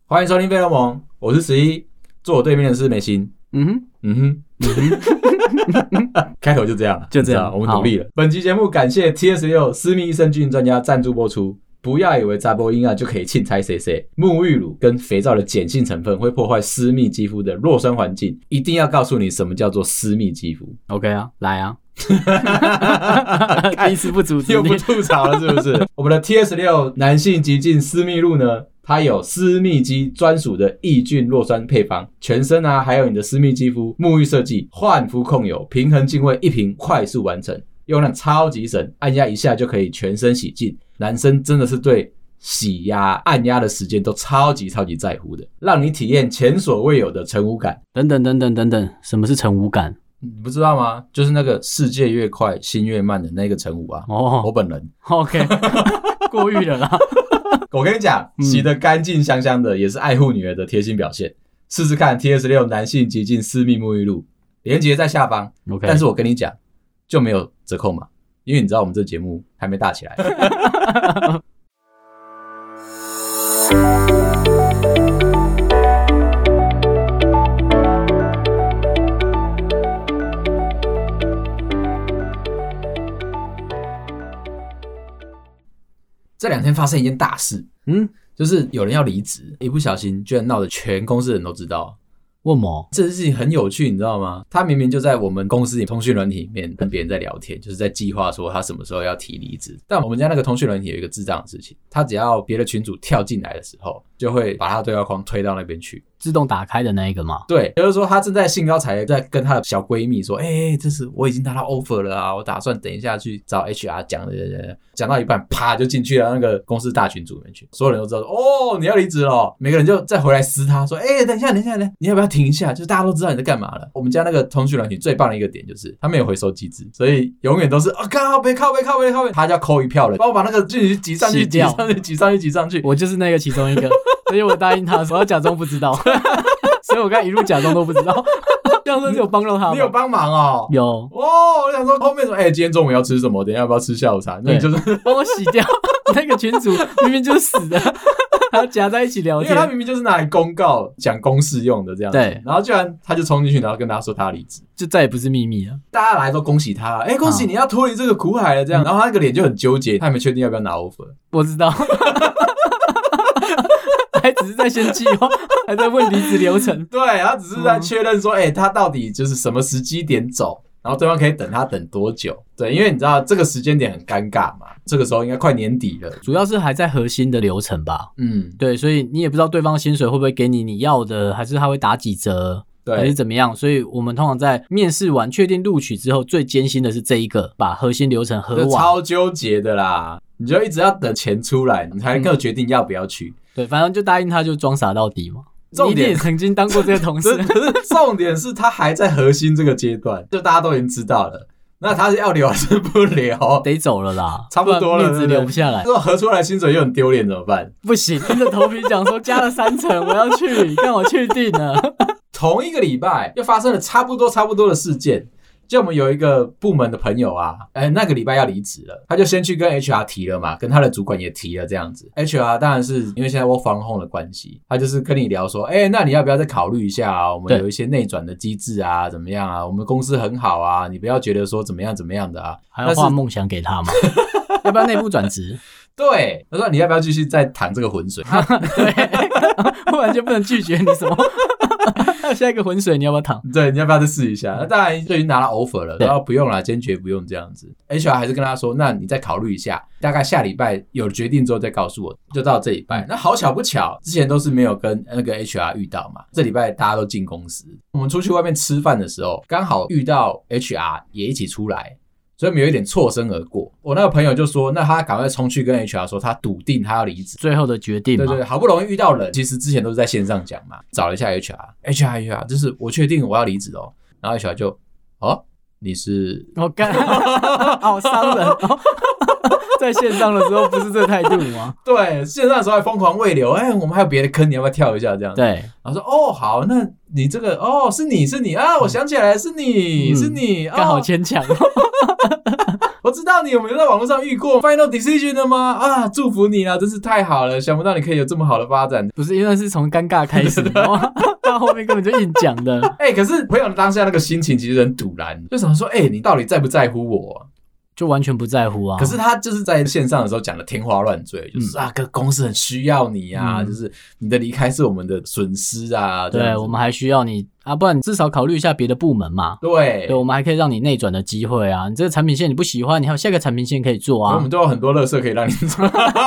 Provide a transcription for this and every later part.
欢迎收听费洛蒙，我是11，坐我对面的是美心。开头就这样了， 就这样， 我们努力了。本期节目感谢 TS6 私密益生菌专家赞助播出。不要以为查甫囡仔就可以凊彩洗洗，沐浴乳跟肥皂的碱性成分会破坏私密肌肤的弱酸环境，一定要告诉你什么叫做私密肌肤。 OK 啊，来啊！第一次不阻止你， 又不吐槽了是不是？我们的 TS6 男性极净私密露呢，它有私密肌专属的抑菌弱酸配方，全身啊还有你的私密肌肤沐浴设计，焕肤控油，平衡净味，一瓶快速完成，用量超级省，按压一下就可以全身洗净。男生真的是对洗压、按压的时间都超级在乎的，让你体验前所未有的成无感。 等等，什么是成无感？ 你不知道吗？就是那个世界越快心越慢的那个成无啊。我本人。 OK 过誉了啦。 我跟你讲，洗得干净香香的也是爱护女儿的贴心表现。试试看 TS6 男性极净私密沐浴露，连结在下方。 OK， 但是我跟你讲，就没有折扣码，因为你知道我们这节目还没大起来。这2天发生一件大事，就是有人要离职，一不小心居然闹得全公司的人都知道。 为什么？ 这件事情很有趣，你知道吗？他明明就在我们公司里通讯软体里面跟别人在聊天，就是在计划说他什么时候要提离职。但我们家那个通讯软体有一个智障的事情，他只要别的群组跳进来的时候，就会把他的对话框推到那边去， 自动打开的那一个吗？ 对，就是说他正在兴高采烈在跟他的小闺蜜说，这是我已经拿到 offer 了啊，我打算等一下去找 HR 讲的，讲到一半啪就进去了那个公司大群组里面去，所有人都知道说你要离职了，每个人就再回来撕他说等一下，你要不要停一下？就是大家都知道你在干嘛了。我们家那个通讯软体最棒的一个点就是它没有回收机制，所以永远都是靠背，他就要扣一票了，帮我把那个讯息挤上去。 我就是那个其中一个，所以我答应他，我要假装不知道。所以我刚才一路假装都不知道，这样是有帮到他吗？ 你有帮忙哦？ 有我想说后面说今天中午要吃什么？等一下要不要吃下午茶？那你就是帮我洗掉那个群组明明就是死的，还要夹在一起聊天， 因为他明明就是拿来公告讲公事用的这样子。 对， 然后居然他就冲进去，然后跟大家说他离职， 就再也不是秘密了。 大家来都恭喜他，恭喜你要脱离这个苦海了这样。然后他那个脸就很纠结，他还没确定要不要拿 offer。我知道。还只是在先计划，还在问离职流程。 对，他只是在确认说，他到底就是什么时机点走，然后对方可以等他等多久。对，因为你知道这个时间点很尴尬嘛，这个时候应该快年底了， 主要是还在核心的流程吧。对，所以你也不知道对方薪水会不会给你要的，还是他会打几折，对，还是怎么样。所以我们通常在面试完确定录取之后，最艰辛的是这一个，把核心流程核完， 超纠结的啦。你就一直要等钱出来，你才能够决定要不要去。 对，反正就答应他，就装傻到底嘛。重点，你也曾经当过这个同事。 可是重点是他还在核心这个阶段，就大家都已经知道了。那他是要留还是不留？ 得走了啦， 差不多了， 面子留不下来。 如果合出来薪水又很丢脸怎么办？ 不行，硬着头皮讲说加了3成，我要去，让我确定了。 同一个礼拜又发生了差不多的事件。就我们有一个部门的朋友啊，那个礼拜要离职了，他就先去跟 HR 提了嘛，跟他的主管也提了这样子。HR 当然是因为现在 work from home 的关系，他就是跟你聊说，那你要不要再考虑一下啊？我们有一些内转的机制啊，怎么样啊？我们公司很好啊，你不要觉得说怎么样的啊， 还要画梦想给他嘛？要不要内部转职？ 对，他说你要不要继续再淌这个浑水？ 对，不然就不能拒绝你什么。下一个浑水你要不要淌？ 对，你要不要再试一下？那当然就已经拿到 offer 了，然后不用啦，坚决不用这样子。HR 还是跟他说，那你再考虑一下，大概下礼拜有决定之后再告诉我。就到这礼拜，那好巧不巧，之前都是没有跟那个 HR 遇到嘛，这礼拜大家都进公司，我们出去外面吃饭的时候，刚好遇到 HR 也一起出来。所以我们有一点错身而过。我那个朋友就说，那他赶快冲去跟 HR 说，他笃定他要离职， 最后的决定嘛。 对，好不容易遇到人，其实之前都是在线上讲嘛，找了一下 HR， 就是我确定我要离职哦。然后 HR 就，你是我干，好伤人哦。在线上的时候不是这个态度吗？ 对，线上的时候还疯狂慰留，我们还有别的坑，你要不要跳一下这样？ 对， 然后说好，那你这个是你啊，我想起来是你，是你， 刚好牵强。 我知道你有没有在网络上遇过 Final Decision 的吗？啊，祝福你啦，真是太好了，想不到你可以有这么好的发展。 不是，因为是从尴尬开始，到后面根本就硬讲的。 可是朋友当下那个心情其实很堵然，就想说，你到底在不在乎我？ 就完全不在乎啊。 可是他就是在线上的时候讲的天花乱坠，就是公司很需要你啊，就是你的离开是我们的损失啊。 对，我们还需要你啊，不然你至少考虑一下别的部门嘛。 对， 我们还可以让你内转的机会啊。你这个产品线你不喜欢，你还有下个产品线可以做啊。 我们都有很多垃圾可以让你做。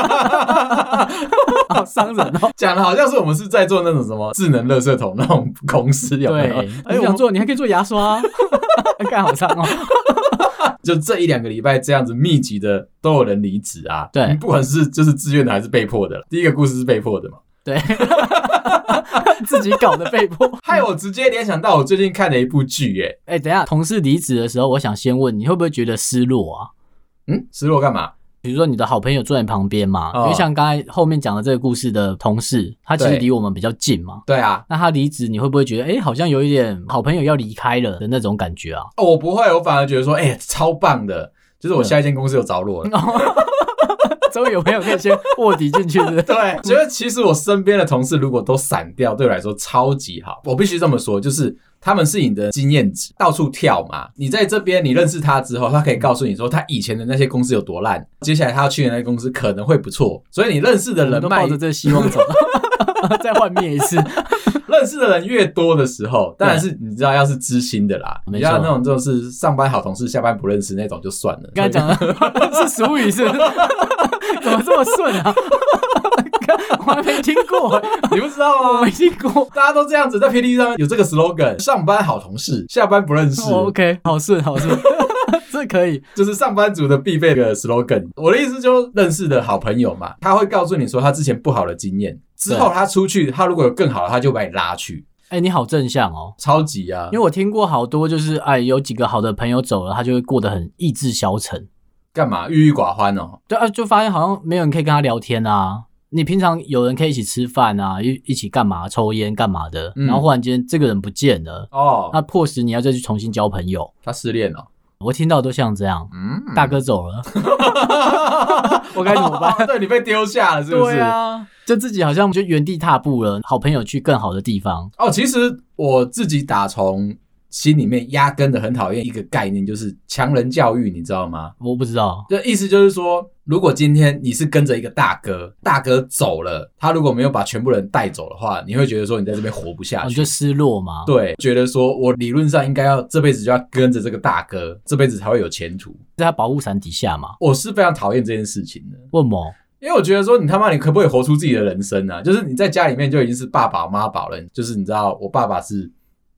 好伤人哦， 讲的好像是我们是在做那种什么智能垃圾桶那种公司，有没有？ 对，你想做，你还可以做牙刷，干好伤哦。 就这1-2个礼拜这样子密集的都有人离职啊。 对， 不管是就是自愿的还是被迫的。第一个故事是被迫的嘛。 对，自己搞的被迫， 害我直接联想到我最近看的一部剧。 等一下，同事离职的时候，我想先问你会不会觉得失落啊？ 失落干嘛？ 比如说你的好朋友坐在你旁边嘛，因为像刚才后面讲的这个故事的同事，他其实离我们比较近嘛。 对啊， 那他离职，你会不会觉得好像有一点好朋友要离开了的那种感觉啊？ 我不会，我反而觉得说超棒的，就是我下一间公司有着落了。 终于有朋友可以先卧底进去的。 对，觉得其实我身边的同事如果都散掉，对我来说超级好。我必须这么说，就是他们是你的经验值，到处跳嘛。你在这边你认识他之后，他可以告诉你说他以前的那些公司有多烂，接下来他要去的那些公司可能会不错。所以你认识的人脉， 都抱着这个希望走，再幻灭一次。 认识的人越多的时候，当然是你知道要是知心的啦，你要那种是上班好同事，下班不认识那种就算了。 刚才讲的是俗语是不是？怎么这么顺啊？我还没听过， 你不知道吗？ 我没听过， 大家都这样子，在 PTT 上面有这个 slogan： 上班好同事，下班不认识。 OK， 好顺，好顺。这可以， 就是上班族的必备的 slogan。我的意思就认识的好朋友嘛，他会告诉你说他之前不好的经验，之后他出去，他如果有更好的，他就把你拉去。 你好正向哦， 超级啊！ 因为我听过好多，就是有几个好的朋友走了，他就会过得很意志消沉。 干嘛？郁郁寡欢哦？ 对啊，就发现好像没有人可以跟他聊天啊。你平常有人可以一起吃饭啊，一起干嘛，抽烟干嘛的，然后忽然间这个人不见了，那迫使你要再去重新交朋友。 他失恋了。 我听到都像这样，大哥走了，我该怎么办？ 对，你被丢下了，是不是？ 对啊，就自己好像就原地踏步了，好朋友去更好的地方。 其实我自己打从心里面压根的很讨厌一个概念，就是强人教育，你知道吗？ 我不知道， 就意思就是说，如果今天你是跟着一个大哥，大哥走了，他如果没有把全部人带走的话，你会觉得说你在这边活不下去， 你就失落嘛。 对，觉得说我理论上应该要这辈子就要跟着这个大哥，这辈子才会有前途， 在他保护伞底下嘛。 我是非常讨厌这件事情的。 为什么？ 因为我觉得说你他妈你可不可以活出自己的人生啊？就是你在家里面就已经是爸宝妈宝了，就是你知道我爸爸是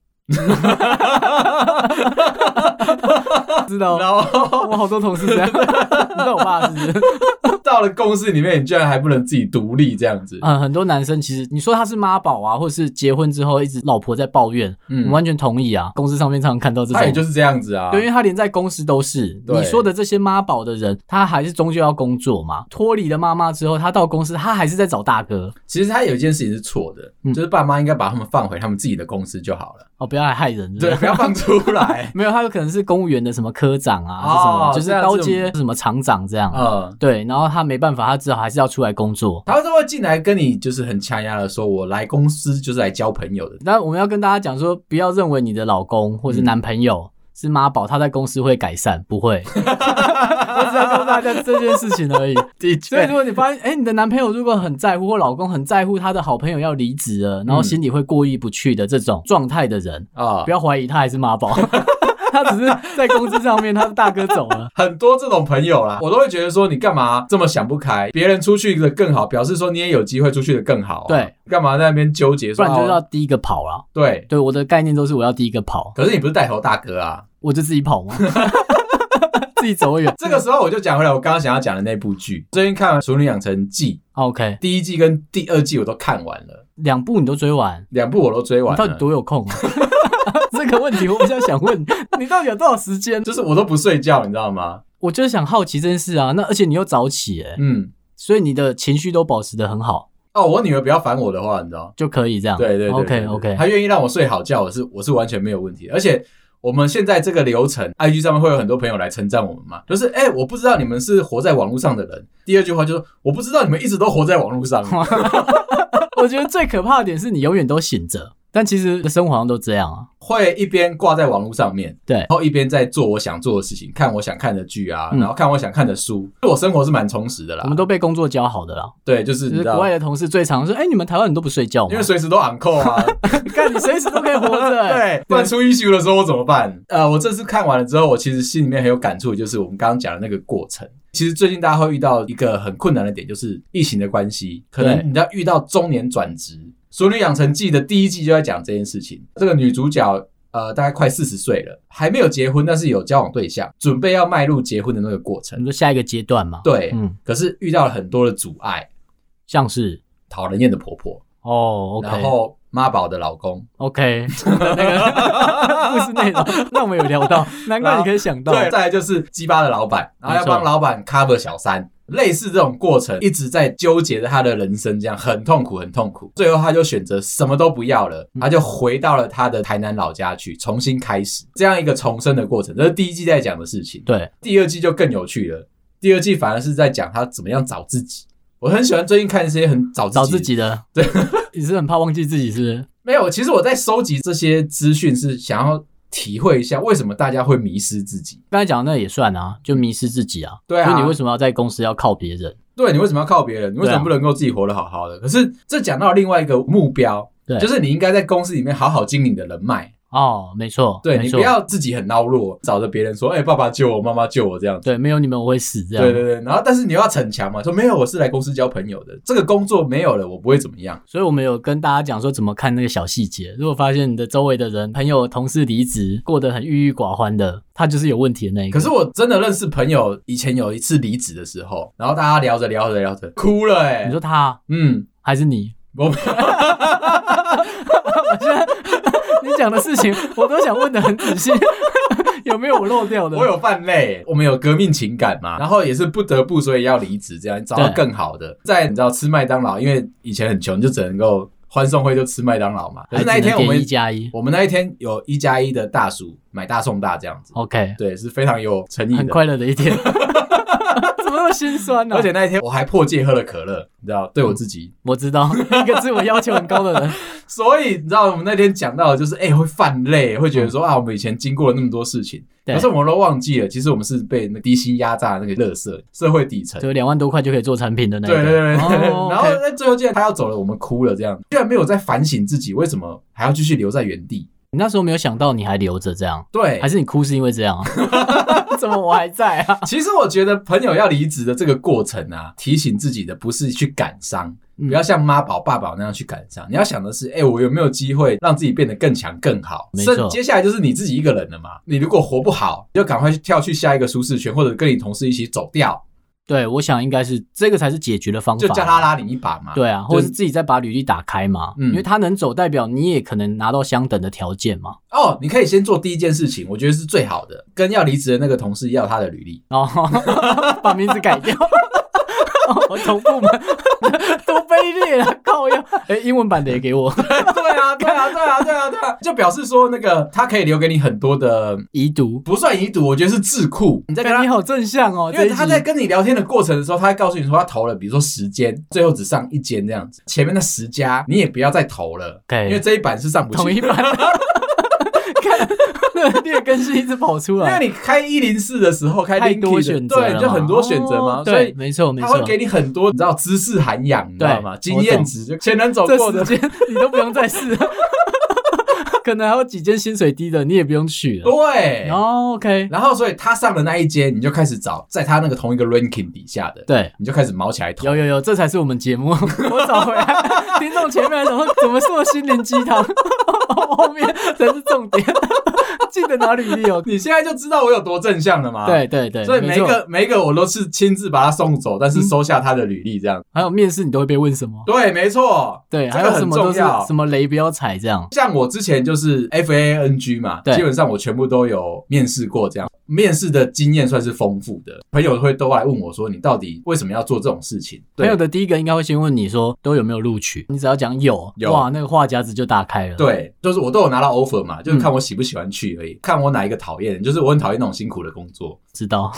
知道，然后我好多同事这样，你知道我爸是到了公司里面，你居然还不能自己独立这样子。 很多男生其实你说他是妈宝啊，或者是结婚之后一直老婆在抱怨，我完全同意啊。公司上面常常看到这种， 他也就是这样子啊。 对，因为他连在公司都是你说的这些妈宝的人，他还是终究要工作嘛。脱离了妈妈之后，他到公司他还是在找大哥。 其实他有一件事情是错的，就是爸妈应该把他们放回他们自己的公司就好了。 不要来害人。 对，不要放出来。 没有，他有可能是公务员的什么科长啊，是什么，就是高阶什么厂长这样。对，然后他没办法，他只好还是要出来工作。 他就会进来跟你就是很掐压的说，我来公司就是来交朋友的。 那我们要跟大家讲说，不要认为你的老公或是男朋友是妈宝，他在公司会改善，不会。我只要告诉大家这件事情而已。的确，所以如果你发现，你的男朋友如果很在乎，或老公很在乎他的好朋友要离职了，然后心里会过意不去的这种状态的人不要怀疑他还是妈宝。他只是在公司上面，他的大哥走了。 很多这种朋友啦，我都会觉得说，你干嘛这么想不开？别人出去的更好，表示说你也有机会出去的更好。 对， 干嘛在那边纠结？ 不然就是要第一个跑啦。 对， 我的概念都是我要第一个跑。 可是你不是带头大哥啊， 我就自己跑吗？自己走远。 这个时候我就讲回来，我刚刚想要讲的那部剧，最近看完《熟女养成记》 ，OK， 第一季跟第二季我都看完了 ，2部你都追完 ，2部我都追完了， 你到底多有空啊？这个问题我比较想问你到底有多少时间？ 就是我都不睡觉，你知道吗？ 我就是想好奇这件事啊。那而且你又早起所以你的情绪都保持得很好。 我女儿不要烦我的话，你知道就可以这样。 对对对 ，OK， 她愿意让我睡好觉，我是完全没有问题的。而且我们现在这个流程 IG 上面会有很多朋友来称赞我们嘛，就是我不知道你们是活在网络上的人。第二句话就是我不知道你们一直都活在网络上。 我觉得最可怕的点是你永远都醒着，但其实生活好像都这样啊， 会一边挂在网络上面， 对， 然后一边在做我想做的事情，看我想看的剧啊，然后看我想看的书，我生活是蛮充实的啦。 我们都被工作教好的啦。 对，就是国外的同事最常说，你们台湾人都不睡觉吗？ 因为随时都 on call 啊， 看你随时都可以活着。 对，不然出 issue 的时候我怎么办？我这次看完了之后，我其实心里面很有感触，就是我们刚刚讲的那个过程。其实最近大家会遇到一个很困难的点，就是疫情的关系，可能你要遇到中年转职。《俗女养成记》的第1季就在讲这件事情。这个女主角大概快40岁了，还没有结婚，但是有交往对象，准备要迈入结婚的那个过程。 你说下一个阶段嘛？ 对，可是遇到了很多的阻碍， 像是讨人厌的婆婆 OK， 然后妈宝的老公 OK， 那个故事内容，那我们有聊到，难怪你可以想到。 对，再来就是鸡巴的老板，然后要帮老板 cover 小三。类似这种过程一直在纠结着他的人生，这样很痛苦很痛苦。最后他就选择什么都不要了，他就回到了他的台南老家去重新开始，这样一个重生的过程。这是第1季在讲的事情。 对， 第2季就更有趣了。第2季反而是在讲他怎么样找自己。我很喜欢最近看这些很找自己的。对， 你是很怕忘记自己是不是？ 没有，其实我在收集这些资讯是想要体会一下为什么大家会迷失自己。 刚才讲的那也算啊，就迷失自己啊。 对啊， 所以你为什么要在公司要靠别人？ 对，你为什么要靠别人？你为什么不能够自己活得好好的？可是这讲到另外一个目标，就是你应该在公司里面好好经营的人脉。 没错， 对，你不要自己很孬弱，找着别人说爸爸救我，妈妈救我这样子。 对，没有你们我会死这样。 对对对，然后但是你要逞强嘛，说没有，我是来公司交朋友的，这个工作没有了我不会怎么样。 所以我们有跟大家讲说怎么看那个小细节，如果发现你的周围的人朋友同事离职过得很郁郁寡欢的，他就是有问题的那一个。 可是我真的认识朋友以前有一次离职的时候，然后大家聊着聊着聊着哭了你说他还是你？我现在你讲的事情我都想问得很仔细有没有我漏掉的？ 我有犯累，我们有革命情感嘛，然后也是不得不所以要离职，这样找到更好的。再你知道吃麦当劳，因为以前很穷就只能够欢送会就吃麦当劳嘛。可是那一天我们那一天有1+1的大薯买大送大这样子。 OK， 对，是非常有诚意的， 很快乐的一天。怎么那么心酸呢？ 而且那一天我还破戒喝了可乐，你知道，对我自己， 我知道一个自我要求很高的人。 所以你知道我们那天讲到的就是会犯累，会觉得说我们以前经过了那么多事情，可是我们都忘记了，其实我们是被那低薪压榨的那个垃圾社会底层， 就2万多块就可以做产品的那个。 对对对对。然后在最后既然他要走了，我们哭了，这样居然没有在反省自己为什么还要继续留在原地。 你那时候没有想到你还留着这样？ 对， 还是你哭是因为这样啊？怎么我还在啊？ 其实我觉得朋友要离职的这个过程啊，提醒自己的不是去感伤，不要像妈宝爸宝那样去感伤，你要想的是我有没有机会让自己变得更强更好。 没错， 接下来就是你自己一个人了嘛，你如果活不好就赶快跳去下一个舒适圈，或者跟你同事一起走掉。 对，我想应该是这个才是解决的方法， 就叫他拉你一把嘛。 对啊，或者是自己再把履历打开嘛，因为他能走代表你也可能拿到相等的条件嘛。 你可以先做第一件事情，我觉得是最好的，跟要离职的那个同事要他的履历把名字改掉。同部门多卑劣啊，靠腰！英文版的也给我。 对啊，就表示说那个他可以留给你很多的遗毒， 不算遗毒，我觉得是智库。你在跟他， 你好正向哦， 因为他在跟你聊天的过程的时候，他会告诉你说他投了，比如说10间，最后只上1间这样子，前面的10家你也不要再投了，因为这一版是上不去。 同一版。劣根性一直跑出来， 因为你开104的时候开太多选择了， 对，就很多选择嘛，所以没错， 他会给你很多，你知道知识涵养，你知道吗？经验值，就前人走过的， 这时间你都不用再试了。可能还有几间薪水低的，你也不用去了。 对 ，OK。 然后，所以他上的那一间，你就开始找在他那个同一个 ranking 底下的， 对， 你就开始毛起来投。 有，这才是我们节目。我找回来，听众前面还想说怎么说心灵鸡汤，后面才是重点。记得拿履历哦， 你现在就知道我有多正向了吗？ 对， 所以每一个我都是亲自把他送走，但是收下他的履历这样。 还有面试你都会被问什么？ 对，没错， 对，还有什么都是什么雷不要踩这样。 像我之前就是 FANG 嘛，基本上我全部都有面试过这样。 面试的经验算是丰富的，朋友都来问我说你到底为什么要做这种事情。 朋友的第一个应该会先问你说都有没有录取，你只要讲有，哇，那个话匣子就打开了。 对，就是我都有拿到 offer 嘛，就是看我喜不喜欢去而已，看我哪一个讨厌，就是我很讨厌那种辛苦的工作。 知道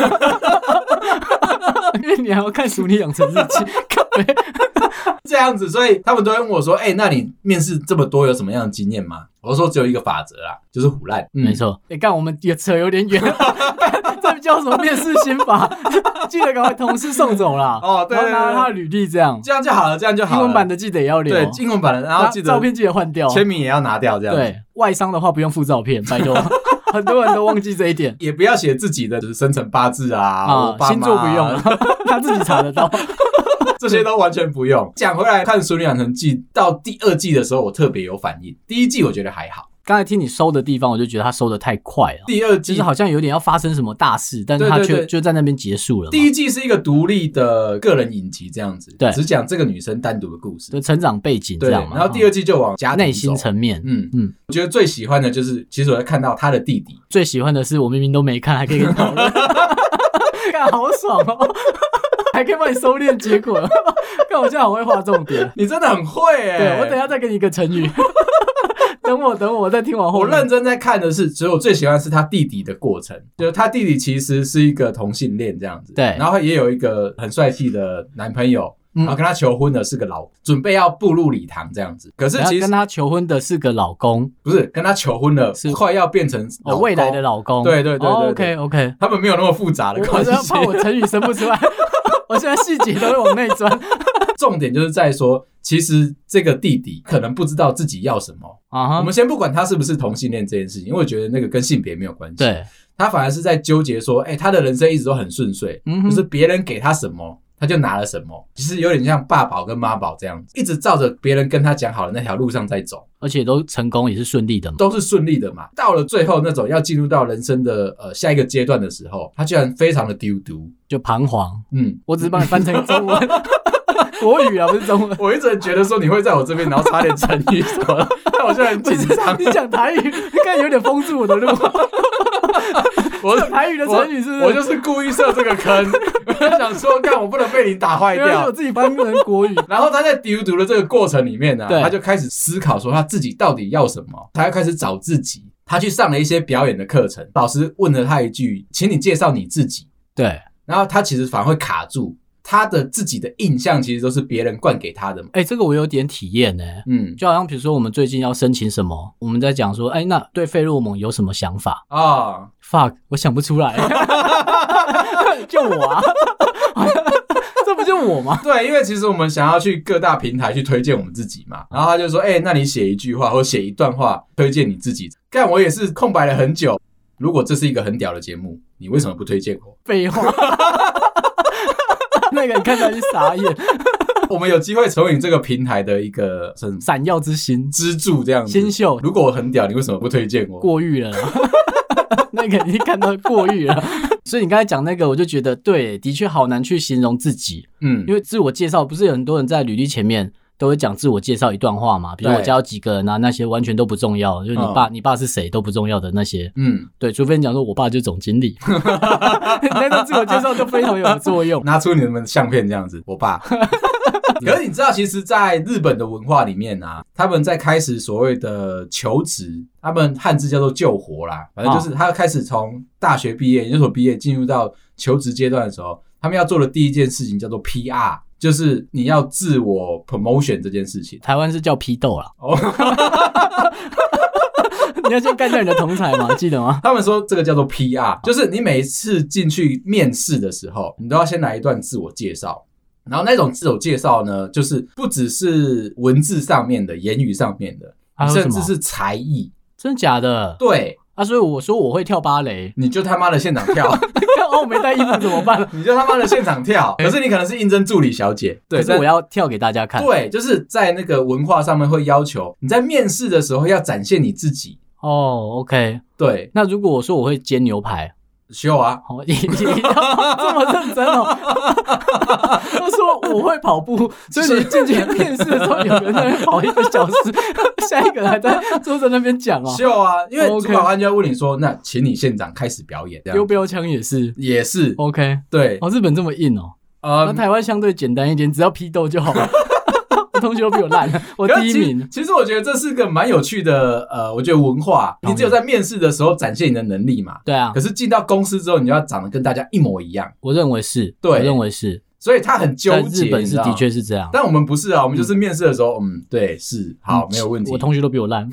因为你还要看《熟女养成日记》 这样子，所以他们都会问我说那你面试这么多有什么样的经验吗？我说只有一个法则啦，就是唬烂。 没错。干我们也扯有点远这叫什么面试心法记得赶快同事送走啦。 对，然后拿他的履历这样就好了，英文版的记得也要留。 对，英文版的，然后记得照片记得换掉， 签名也要拿掉这样。 对，外商的话不用附照片，拜托很多人都忘记这一点。 也不要写自己的就是生辰八字啊， 星座不用他自己查得到这些都完全不用。讲回来看《熟女养成记》到第2季的时候我特别有反应，第1季我觉得还好。 刚才听你收的地方我就觉得他收的太快了， 第2季就是好像有点要发生什么大事，但是他却就在那边结束了。 第1季是一个独立的个人影集这样子， 对， 只讲这个女生单独的故事， 就成长背景这样嘛。 然后第2季就往家庭内心层面。 我觉得最喜欢的就是其实我在看到他的弟弟， 最喜欢的是我明明都没看还可以跟你讨论看好爽哦还可以帮你收敛结果看我现在好会画重点你真的很会对，我等一下再给你一个成语等我再听完后面。 我认真在看的是，所以我最喜欢的是他弟弟的过程，就是他弟弟其实是一个同性恋这样子， 对， 然后也有一个很帅气的男朋友，然后跟他求婚的是个准备要步入礼堂这样子。可是其实跟他求婚的是个老公， 不是跟他求婚的是快要变成未来的老公。 对对对对、OK， 他们没有那么复杂的关系。 我怕我成语生不出来我现在细节都会往内钻重点就是在说其实这个弟弟可能不知道自己要什么我们先不管他是不是同性恋这件事情，因为我觉得那个跟性别没有关系。 对， 他反而是在纠结说他的人生一直都很顺遂，就是别人给他什么他就拿了什么，其实有点像爸宝跟妈宝这样子，一直照着别人跟他讲好的那条路上在走， 而且都成功也是顺利的嘛， 都是顺利的嘛。到了最后那种要进入到人生的下一个阶段的时候，他居然非常的丢毒， 就彷徨。我只是帮你翻成中文国语啊，不是中文。 我一直觉得说你会在我这边，然后插点成语什么的，但我现在很紧张。 你讲台语，看有点封住我的路。我台语的成语是不是？ 我就是故意设这个坑，我就想说，看我不能被你打坏掉。 因为我自己翻成国语。 然后他在丢毒的这个过程里面呢，他就开始思考说他自己到底要什么，他要开始找自己。他去上了一些表演的课程，老师问了他一句：“请你介绍你自己。” 对， 然后他其实反而会卡住。他的自己的印象其实都是别人灌给他的。 这个我有点体验就好像比如说我们最近要申请什么，我们在讲说那对费洛蒙有什么想法啊？fuck， 我想不出来就我啊这不就我吗？ 对，因为其实我们想要去各大平台去推荐我们自己嘛，然后他就说那你写一句话或写一段话推荐你自己。干，我也是空白了很久，如果这是一个很屌的节目，你为什么不推荐我？ 废话那个你看起来是傻眼我们有机会成为你这个平台的一个闪耀之星支柱这样子， 新秀。 如果我很屌，你为什么不推荐我？ 过誉了啦那个你看到过誉了所以你刚才讲那个我就觉得对，的确好难去形容自己。因为自我介绍不是有很多人在履历前面都会讲自我介绍一段话嘛，比如我家有几个人啊，那些完全都不重要，就是你爸是谁都不重要的那些。对，除非你讲说我爸就是总经理那段自我介绍就非常有作用拿出你们的相片这样子，我爸可是你知道其实在日本的文化里面啊，他们在开始所谓的求职，他们汉字叫做救活啦，反正就是他开始从大学毕业研究所毕业进入到求职阶段的时候，他们要做的第一件事情叫做 PR，就是你要自我 promotion 这件事情。 台湾是叫批斗啦你要先干掉你的同才嘛，记得吗？ 他们说这个叫做 PR， 就是你每一次进去面试的时候，你都要先来一段自我介绍。然后那种自我介绍呢，就是不只是文字上面的言语上面的，甚至是才艺。 真的假的？ 对所以我说我会跳芭蕾， 你就他妈的现场跳我没带衣服怎么办？ 你就他妈的现场跳可是你可能是应征助理小姐，对， 可是我要跳给大家看。 对，就是在那个文化上面会要求你在面试的时候要展现你自己。 OK， 对。 那如果我说我会煎牛排， 秀啊， 也要这么认真哦。他说我会跑步，所以你进去面试的时候，有人在那边跑1个小时，下一个人还在坐在那边讲哦。 秀啊，因为主考官就要问你说，那请你现场开始表演。 丢标枪也是 OK， 对。 日本这么硬哦。那台湾相对简单一点，只要批斗就好了。我同学都比我烂，我第一名。 其实我觉得这是个蛮有趣的，我觉得文化。你只有在面试的时候展现你的能力嘛。 对啊。 可是进到公司之后，你就要长得跟大家一模一样。 我认为是。 对， 我认为是。 所以他很纠结。 日本是的确是这样， 但我们不是啊，我们就是面试的时候，对，是好，没有问题。 我同学都比我烂。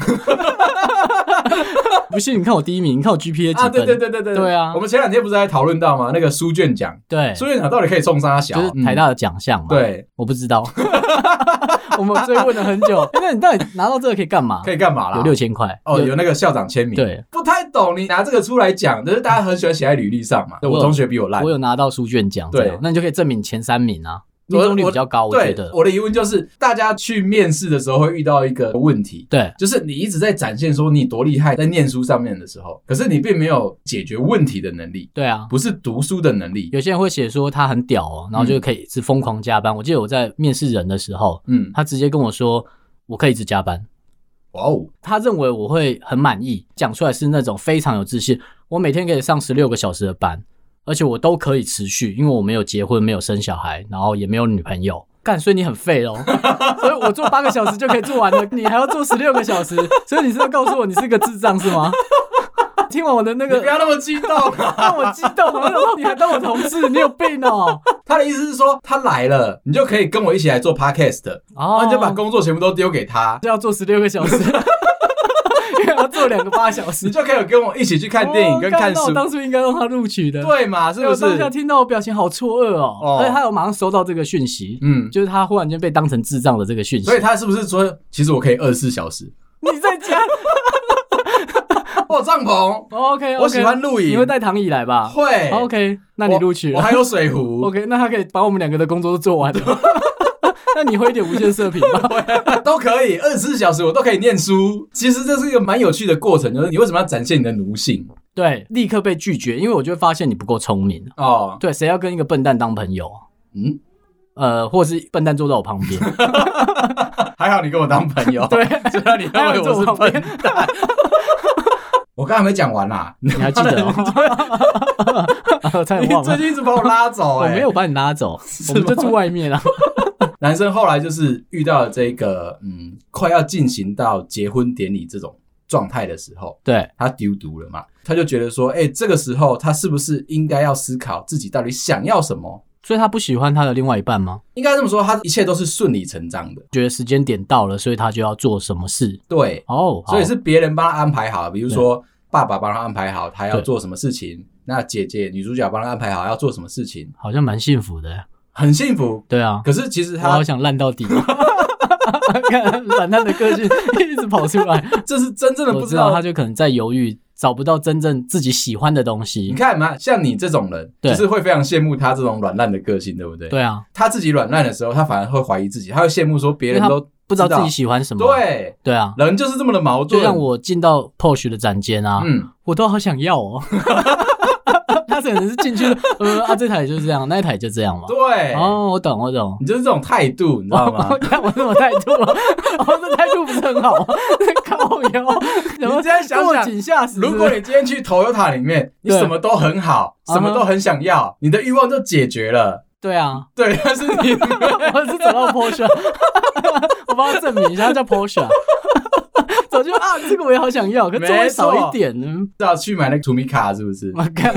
不信你看我第一名，你看我 GPA 几分啊？对啊。 我们前2天不是还讨论到吗？那个书卷奖， 对， 书卷奖到底可以冲啥小？ 就是台大的奖项嘛。 对， 我不知道。我们追问了很久，那你到底拿到这个可以干嘛？ 可以干嘛啦？ 有6000块哦，有那个校长签名。 对， 不太懂，你拿这个出来讲，但是大家很喜欢写在履历上嘛。我同学比我烂， 我有拿到书卷奖，对，那你就可以证明前3名啊。命中率比较高，我觉得。 我的疑问就是，大家去面试的时候会遇到一个问题， 对， 就是你一直在展现说你多厉害，在念书上面的时候，可是你并没有解决问题的能力。 对啊， 不是读书的能力。 有些人会写说他很屌哦，然后就可以是疯狂加班。我记得我在面试人的时候，他直接跟我说我可以一直加班。 哇哦， 他认为我会很满意，讲出来是那种非常有自信，我每天可以上16个小时的班。而且我都可以持续，因为我没有结婚，没有生小孩，然后也没有女朋友。干，所以你很废咯。所以我做8个小时就可以做完了，你还要做16个小时，所以你是要告诉我你是个智障是吗？听完我的那个， 你不要那么激动啊！ 让我激动啊！你还当我同事，你有病哦！ 他的意思是说，他来了，你就可以跟我一起来做 podcast， 然后你就把工作全部都丢给他， 就要做16个小时。要做2个8小时， 你就可以跟我一起去看电影跟看书。 我当初应该让他录取的， 对嘛？是不是？ 我当下听到我表情好错愕哦，而且他有马上收到这个讯息，就是他忽然间被当成智障的这个讯息。 所以他是不是说，其实我可以24小时？ 你在家？ 我有帐篷 ，OK， 我喜欢露营。 你会带躺椅来吧？ 会 ，OK， 那你录取了。 我还有水壶 ，OK， 那他可以把我们2个的工作都做完了。那你会一点无线射频吗？ 都可以，24小时我都可以念书。其实这是一个蛮有趣的过程，就是你为什么要展现你的奴性？ 对，立刻被拒绝，因为我就会发现你不够聪明哦。对，谁要跟一个笨蛋当朋友？或者是笨蛋坐在我旁边。 还好你跟我当朋友， 对， 虽然你认为我是笨蛋。我刚才没讲完啦， 你还记得哦？差点忘了。 你最近一直把我拉走， 我没有把你拉走，我们就住外面啊。 男生后来就是遇到了这个快要进行到结婚典礼这种状态的时候， 对， 他丢毒了嘛，他就觉得说，这个时候他是不是应该要思考自己到底想要什么？ 所以他不喜欢他的另外一半吗？ 应该这么说，他一切都是顺理成章的， 觉得时间点到了，所以他就要做什么事。 对，所以是别人帮他安排好，比如说爸爸帮他安排好他要做什么事情，那姐姐女主角帮他安排好要做什么事情， 好像蛮幸福的， 很幸福。 对啊， 可是其实他我好想烂到底。看软烂的个性一直跑出来， 这是真正的不知道。 我知道他就可能在犹豫，找不到真正自己喜欢的东西。 你看嘛，像你这种人，就是会非常羡慕他这种软烂的个性，对不对？ 对啊， 他自己软烂的时候，他反而会怀疑自己，他会羡慕说别人都不知道自己喜欢什么。 对对啊， 人就是这么的矛盾。 就像我进到 Porsche 的展间啊，我都好想要哦。他可能是进去这台就是这样，那一台就这样嘛。 对， 我懂。 你就是这种态度，你知道吗？ 看我这种态度，这态度不是很好。靠腰， 你现在想想，如果你今天去 Toyota 里面，你什么都很好，什么都很想要，你的欲望就解决了。 对啊， 对，但是你我是找到 Porsche， 我帮他证明一下，他叫 Porsche。早就这个我也好想要，可是座位少一点呢。 是要去买那个 Tomica 是不是？ 我看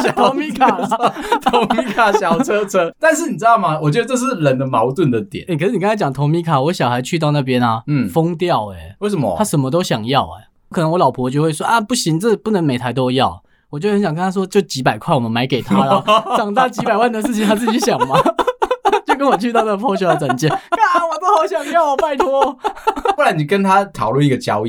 Tomica 小车。但是你知道吗？我觉得这是人的矛盾的点。 可是你刚才讲 Tomica， 我小孩去到那边啊，疯掉为什么？ 他什么都想要可能我老婆就会说不行，这不能每台都要。我就很想跟他说，就几百块我们买给他了，长大几百万的事情他自己想嘛。就跟我去到那个 Porsche 的展间，我都好想要，拜托。 不然你跟他讨论一个交易，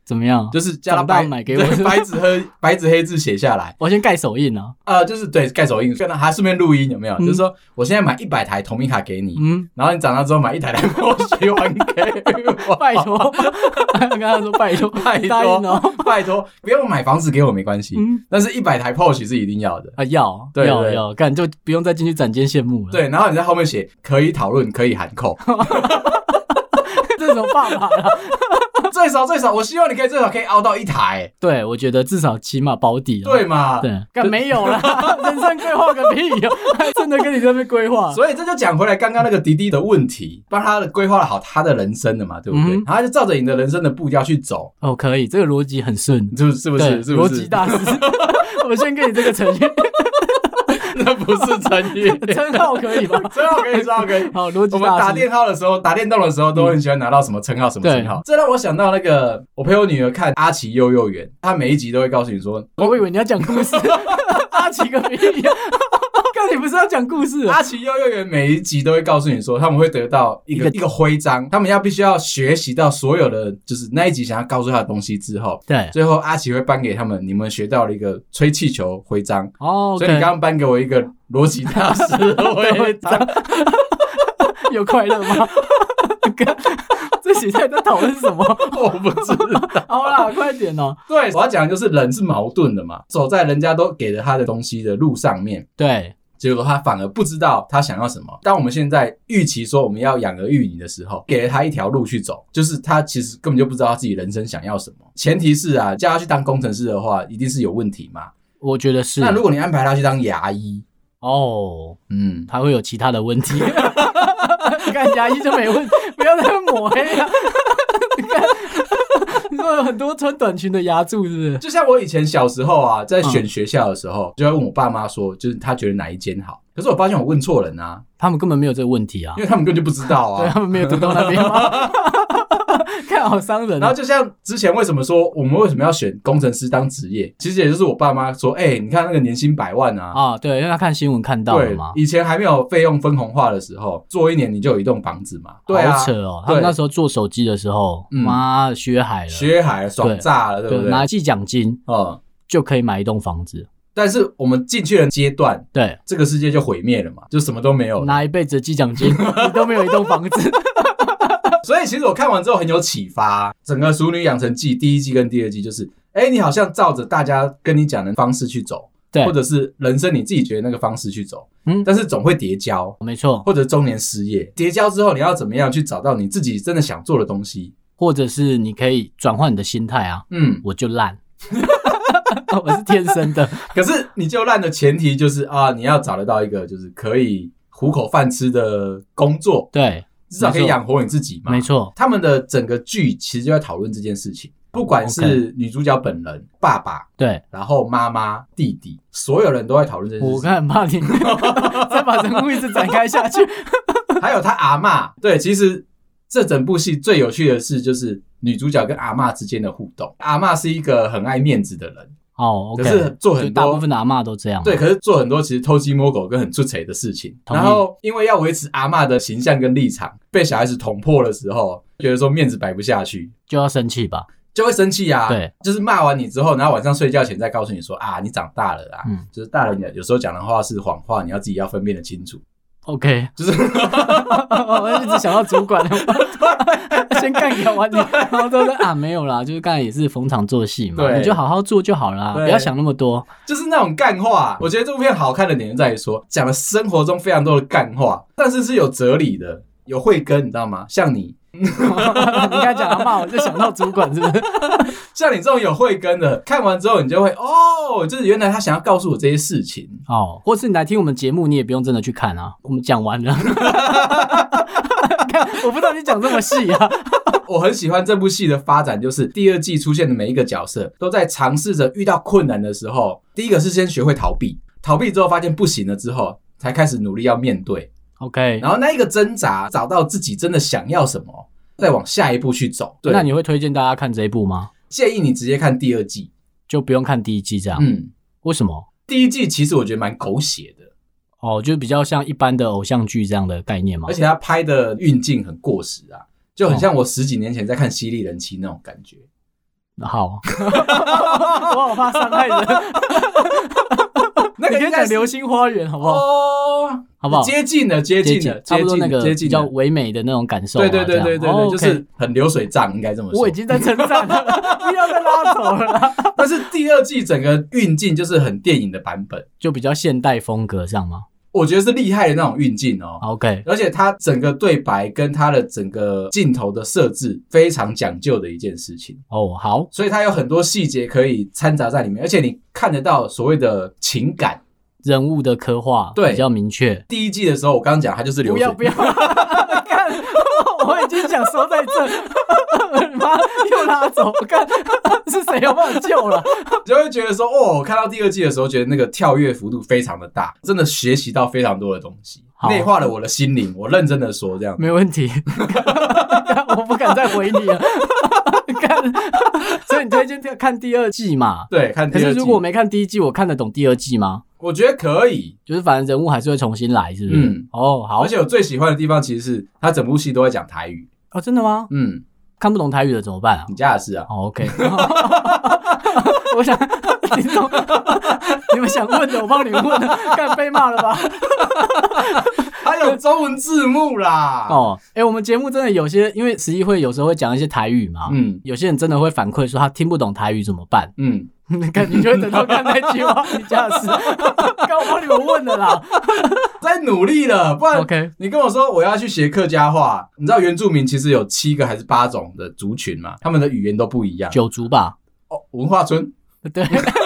怎么样？ 就是叫他买给我， 白纸黑字写下来。 我先盖手印啊。 就是对盖手印，还顺便录音，有没有？就是说我现在买100台同名卡给你，然后你长大之后买1台来Porsche还给我。 拜托，刚刚说拜托，答应哦， 拜托，不用买房子给我没关系，但是100台 Porsche 是一定要的啊，要，干就不用再进去展间羡慕了。 对，然后你在后面写可以讨论，可以含扣。 这种爸爸啦。 最少，我希望你最少可以凹到1台。 对，我觉得至少起码保底了。 对嘛？ 对，干没有啦，人生规划个屁哦，还真的跟你这边规划。 所以这就讲回来刚刚那个迪迪的问题，帮他规划好他的人生了嘛，对不对？然后他就照着你的人生的步调去走。 哦，可以，这个逻辑很顺， 是不是？ 逻辑大师。我先给你这个成语。 那不是成语， 称号可以吧？ 称号可以。 好，逻辑大师。 我们打电动的时候都很喜欢拿到什么称号，什么称号。这让我想到那个，我陪我女儿看阿奇幼幼园，她每一集都会告诉你说， 我以为你要讲故事。阿奇个屁呀！刚你不是要讲故事？ 阿奇幼幼园每一集都会告诉你说，他们会得到一个徽章，他们必须要学习到所有的就是那一集想要告诉他的东西之后， 对， 最后阿奇会颁给他们，你们学到了一个吹气球徽章。 哦， 所以你刚刚颁给我一个逻辑大师徽章。 有快乐吗？这期在讨论什么？ 我不知道。 好啦，快点哦。 对，我要讲的就是人是矛盾的嘛，走在人家都给了他的东西的路上面， 对， 结果他反而不知道他想要什么。当我们现在预期说我们要养儿育女的时候，给了他一条路去走，就是他其实根本就不知道他自己人生想要什么。前提是叫他去当工程师的话，一定是有问题嘛。 我觉得是。 那如果你安排他去当牙医， 他会有其他的问题。你看牙医就没问题，不要再抹黑啊！你说有很多穿短裙的牙柱，是不是？ 就像我以前小时候在选学校的时候，就会问我爸妈说，就是他觉得哪一间好。可是我发现我问错人啊， 他们根本没有这个问题啊， 因为他们根本就不知道啊， 对，他们没有读到那边吗？看好伤人。 然后就像之前为什么说我们为什么要选工程师当职业，其实也就是我爸妈说，你看那个年薪100万啊， 对，因为他看新闻看到了嘛。 对，以前还没有费用分红化的时候，做1年你就有一栋房子嘛。对啊， 好扯哦。他们那时候做手机的时候，妈血海了， 爽炸了，对不对？ 拿季奖金就可以买一栋房子。 但是我们进去的阶段， 对， 这个世界就毁灭了嘛，就什么都没有了， 拿一辈子的季奖金，你都没有一栋房子。 所以其实我看完之后很有启发。整个《熟女养成记》第1季跟第2季就是，你好像照着大家跟你讲的方式去走，对，或者是人生你自己觉得那个方式去走，但是总会跌跤， 没错， 或者中年失业，跌跤之后你要怎么样去找到你自己真的想做的东西， 或者是你可以转换你的心态啊，我就烂。我是天生的。 可是你就烂的前提就是你要找得到一个就是可以糊口饭吃的工作， 对， 至少可以养活你自己嘛。 没错， 他们的整个剧其实就在讨论这件事情，不管是女主角本人、爸爸， 对， 然后妈妈、弟弟，所有人都在讨论这件事情。 我看很怕你再把人物一直展开下去。 还有他阿嬷，对，其实这整部戏最有趣的是就是女主角跟阿嬷之间的互动。阿嬷是一个很爱面子的人。 OK， 可是做很多， 大部分的阿嬷都这样。 对，可是做很多其实偷鸡摸狗跟很出彩的事情。然后因为要维持阿嬷的形象跟立场，被小孩子捅破的时候，觉得说面子摆不下去， 就要生气吧， 就会生气啊。 对， 就是骂完你之后，然后晚上睡觉前再告诉你说你长大了啦。就是大人有时候讲的话是谎话，你要自己要分辨得清楚。 OK， 就是我一直想到主管先干掉完你，然后都说没有啦，就是刚才也是逢场作戏嘛，你就好好做就好啦，不要想那么多。 就是那种干话，我觉得这部片好看的点在于说，讲了生活中非常多的干话，但是是有哲理的，有慧根，你知道吗？像你。 你刚才讲骂我就想到主管是不是？ 像你这种有慧根的，看完之后你就会就是原来他想要告诉我这些事情或是你来听我们节目，你也不用真的去看啊，我们讲完了。看，我不知道你讲这么细啊。 我很喜欢这部戏的发展，就是第2季出现的每一个角色都在尝试着遇到困难的时候，第一个是先学会逃避，逃避之后发现不行了之后，才开始努力要面对。 OK， 然后那一个挣扎，找到自己真的想要什么，再往下一步去走。对， 那你会推荐大家看这一部吗？ 建议你直接看第2季， 就不用看第1季这样。为什么？ 第1季其实我觉得蛮狗血的。 就比较像一般的偶像剧这样的概念嘛。 而且他拍的运镜很过时啊，就很像我10几年前在看《犀利人妻》那种感觉。 好，我好怕伤害人。 那个你可以讲流星花园好不好？ 哦， 好不好？ 接近了， 差不多那个比较唯美的那种感受。 对，就是很流水账，应该这么说。 我已经在称赞了，不要再拉走了。 但是第二季整个运镜就是很电影的版本， 就比较现代风格上吗？ 我觉得是厉害的那种运镜哦。 OK， 而且它整个对白跟它的整个镜头的设置非常讲究的一件事情。 哦，好， 所以它有很多细节可以掺杂在里面，而且你看得到所谓的情感。 人物的刻画比较明确。 第一季的时候，我刚刚讲它就是流水。 不要，看，我已经想收在这，妈又拉走，看是谁有办法救了？ 就会觉得说，哦，我看到第二季的时候，觉得那个跳跃幅度非常的大，真的学习到非常多的东西，内化了我的心灵。我认真的说，这样没问题。我不敢再回你了。所以你推荐看第二季嘛？ 对，看第二季。 可是如果我没看第一季，我看得懂第二季吗？ 我觉得可以， 就是反正人物还是会重新来，是不是？哦，好。 而且我最喜欢的地方其实是他整部戏都在讲台语。 哦，真的吗？看不懂台语的怎么办啊？ 你家的事啊。 哦 OK。我想听懂，你们想问的我帮你们问的，干被骂了吧？ 还有中文字幕啦。 哦，我们节目真的有些，因为实际会有时候会讲一些台语嘛，有些人真的会反馈说他听不懂台语怎么办？你就会等到看那句话，你家的事，刚我帮你们问了啦， 在努力了，不然 OK， 你跟我说我要去学客家话，你知道原住民其实有7个还是8种的族群嘛，他们的语言都不一样 ，9族吧？ 哦，文化村， 对。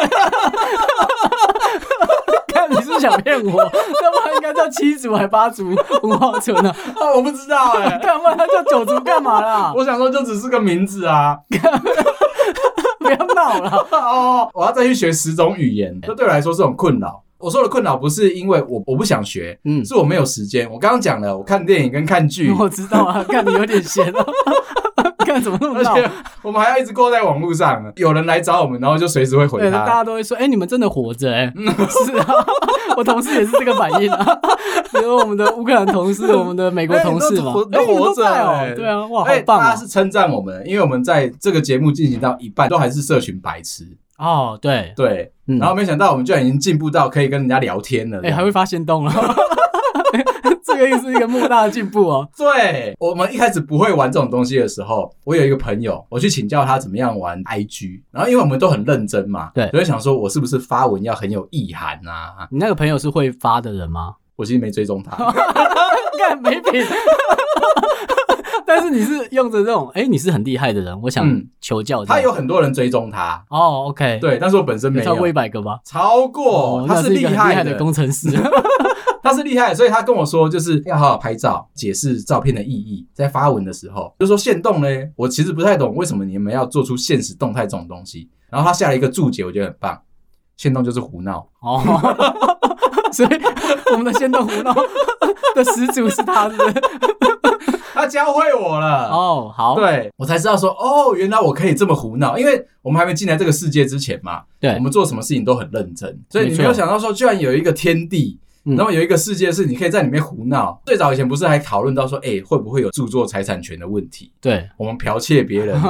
看你是想骗我，要不然应该叫7族还8族文化村啊？ 我不知道干嘛他叫9族干嘛啦？ 我想说就只是个名字啊。 不要闹了哦！我要再去学10种语言，这对我来说是种困扰。我说的困扰不是因为我不想学，是我没有时间。我刚刚讲了，我看电影跟看剧， 我知道啊，看你有点闲哦。看怎么那么闹？ 而且我们还要一直挂在网络上，有人来找我们，然后就随时会回他。 大家都会说：“你们真的活着是啊，我同事也是这个反应啊。比如我们的乌克兰同事，我们的美国同事嘛， 都活着哦。对啊，哇，好棒啊！ 大家是称赞我们，因为我们在这个节目进行到一半，都还是社群白痴。 哦，对， 然后没想到我们居然已经进步到可以跟人家聊天了， 还会发限动了。这个也是一个莫大的进步哦。 对，我们一开始不会玩这种东西的时候，我有一个朋友，我去请教他怎么样玩 IG， 然后因为我们都很认真嘛，对，所以想说我是不是发文要很有意涵啊？ 你那个朋友是会发的人吗？ 我其实没追踪他， 干没品。但是你是用着这种，你是很厉害的人，我想求教。 他有很多人追踪他哦 ，OK， 对，但是我本身没有， 超过100个吧？ 超过，他是厉害的工程师。 他是厉害，所以他跟我说，就是要好好拍照，解释照片的意义。在发文的时候，就说限动呢，我其实不太懂为什么你们要做出限时动态这种东西。然后他下了一个注解，我觉得很棒，限动就是胡闹哦。 所以我们的限动胡闹的始祖是他，是不是？ 他教会我了哦，好， 对我才知道说，哦，原来我可以这么胡闹，因为我们还没进来这个世界之前嘛，对，我们做什么事情都很认真，所以你没有想到说，居然有一个天地。然后有一个世界是你可以在里面胡闹。最早以前不是还讨论到说，会不会有著作财产权的问题？对，我们剽窃别人。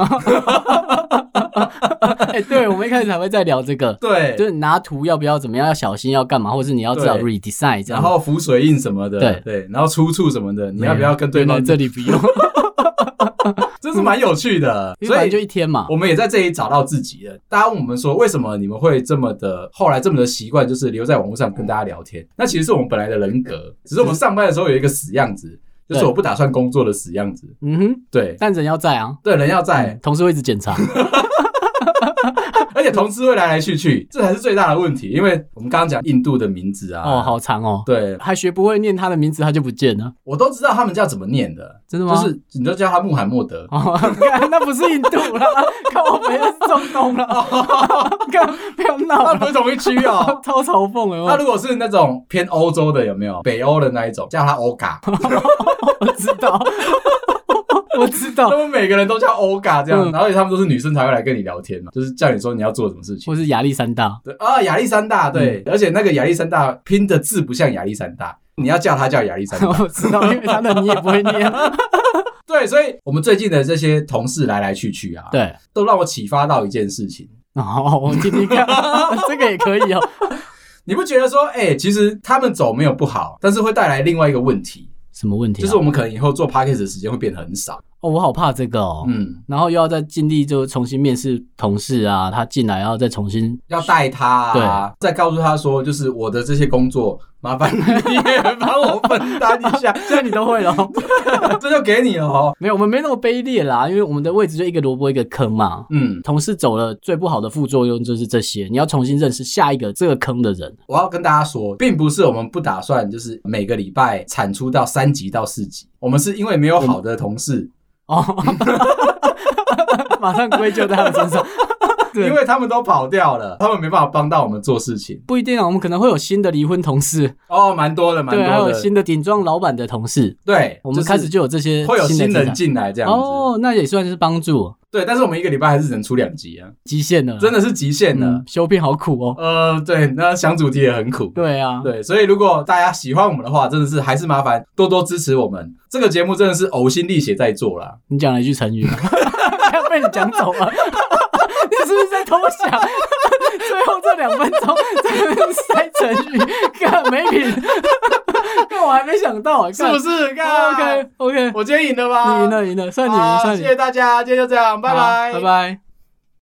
对，我们一开始还会在聊这个， 对， 就是拿图要不要怎么样，要小心要干嘛，或者是你要至少 redesign 这样， 然后浮水印什么的，对，然后出处什么的，你要不要跟对方？ 这里不用。 这是蛮有趣的， 所以就一天嘛， 我们也在这里找到自己了。大家问我们说，为什么你们会后来这么的习惯，就是留在网络上跟大家聊天？那其实是我们本来的人格，只是我们上班的时候有一个死样子，就是我不打算工作的死样子。对， 但人要在啊， 对，人要在， 同事会一直检查。 而且同事会来来去去，这才是最大的问题。因为我们刚刚讲印度的名字啊， 好长哦。 对， 还学不会念他的名字，他就不见了。 我都知道他们叫怎么念的，真的吗？就是你就叫他穆罕默德。 那不是印度啦，靠北是中东啦。不要闹， 那不是同一区哦， 超嘲讽的。 那如果是那种偏欧洲的，有没有北欧的那一种，叫他欧嘎？ 我知道。我知道， 他们每个人都叫欧嘎这样，然后他们都是女生才会来跟你聊天嘛，就是叫你说你要做什么事情， 或是亚历山大， 对啊，亚历山大，对，而且那个亚历山大拼的字不像亚历山大，你要叫他叫亚历山大， 我知道，因为他的你也不会念， 对， 对，所以我们最近的这些同事来来去去啊， 对， 都让我启发到一件事情。 我听听看，这个也可以哦。 你不觉得说，其实他们走没有不好，但是会带来另外一个问题。 什么问题？ 就是我们可能以后做 podcast 的时间会变得很少。 我好怕这个哦。然后又要再尽力就重新面试同事啊，他进来要再重新要带他啊，再告诉他说，就是我的这些工作，麻烦你也帮我分担一下。 现在你都会了， 这就给你了。 没有，我们没那么卑劣啦，因为我们的位置就一个萝卜一个坑嘛。同事走了，最不好的副作用就是这些，你要重新认识下一个这个坑的人。 我要跟大家说，并不是我们不打算就是每个礼拜产出到3集到4集，我们是因为没有好的同事。 马上归咎在他们身上。 因为他们都跑掉了，他们没办法帮到我们做事情。 不一定啊，我们可能会有新的离婚同事。 蛮多的。 对，还有新的顶撞老板的同事。 对， 我们开始就有这些会有新人进来这样子。 那也算是帮助。 对，但是我们一个礼拜还是只能出2集啊， 极限了， 真的是极限了。 修片好苦哦。 对，那想主题也很苦。 对啊， 对，所以如果大家喜欢我们的话，真的是还是麻烦多多支持我们。这个节目真的是呕心沥血在做啦。 你讲了一句成语，要被你讲走了。你是不是在偷想？最后这2分钟在那塞成语，干没品。但我还没想到， 是不是 ？OK， 我今天赢了吧？ 你赢了，算你赢，算你。 谢谢大家，今天就这样，拜拜， 拜拜。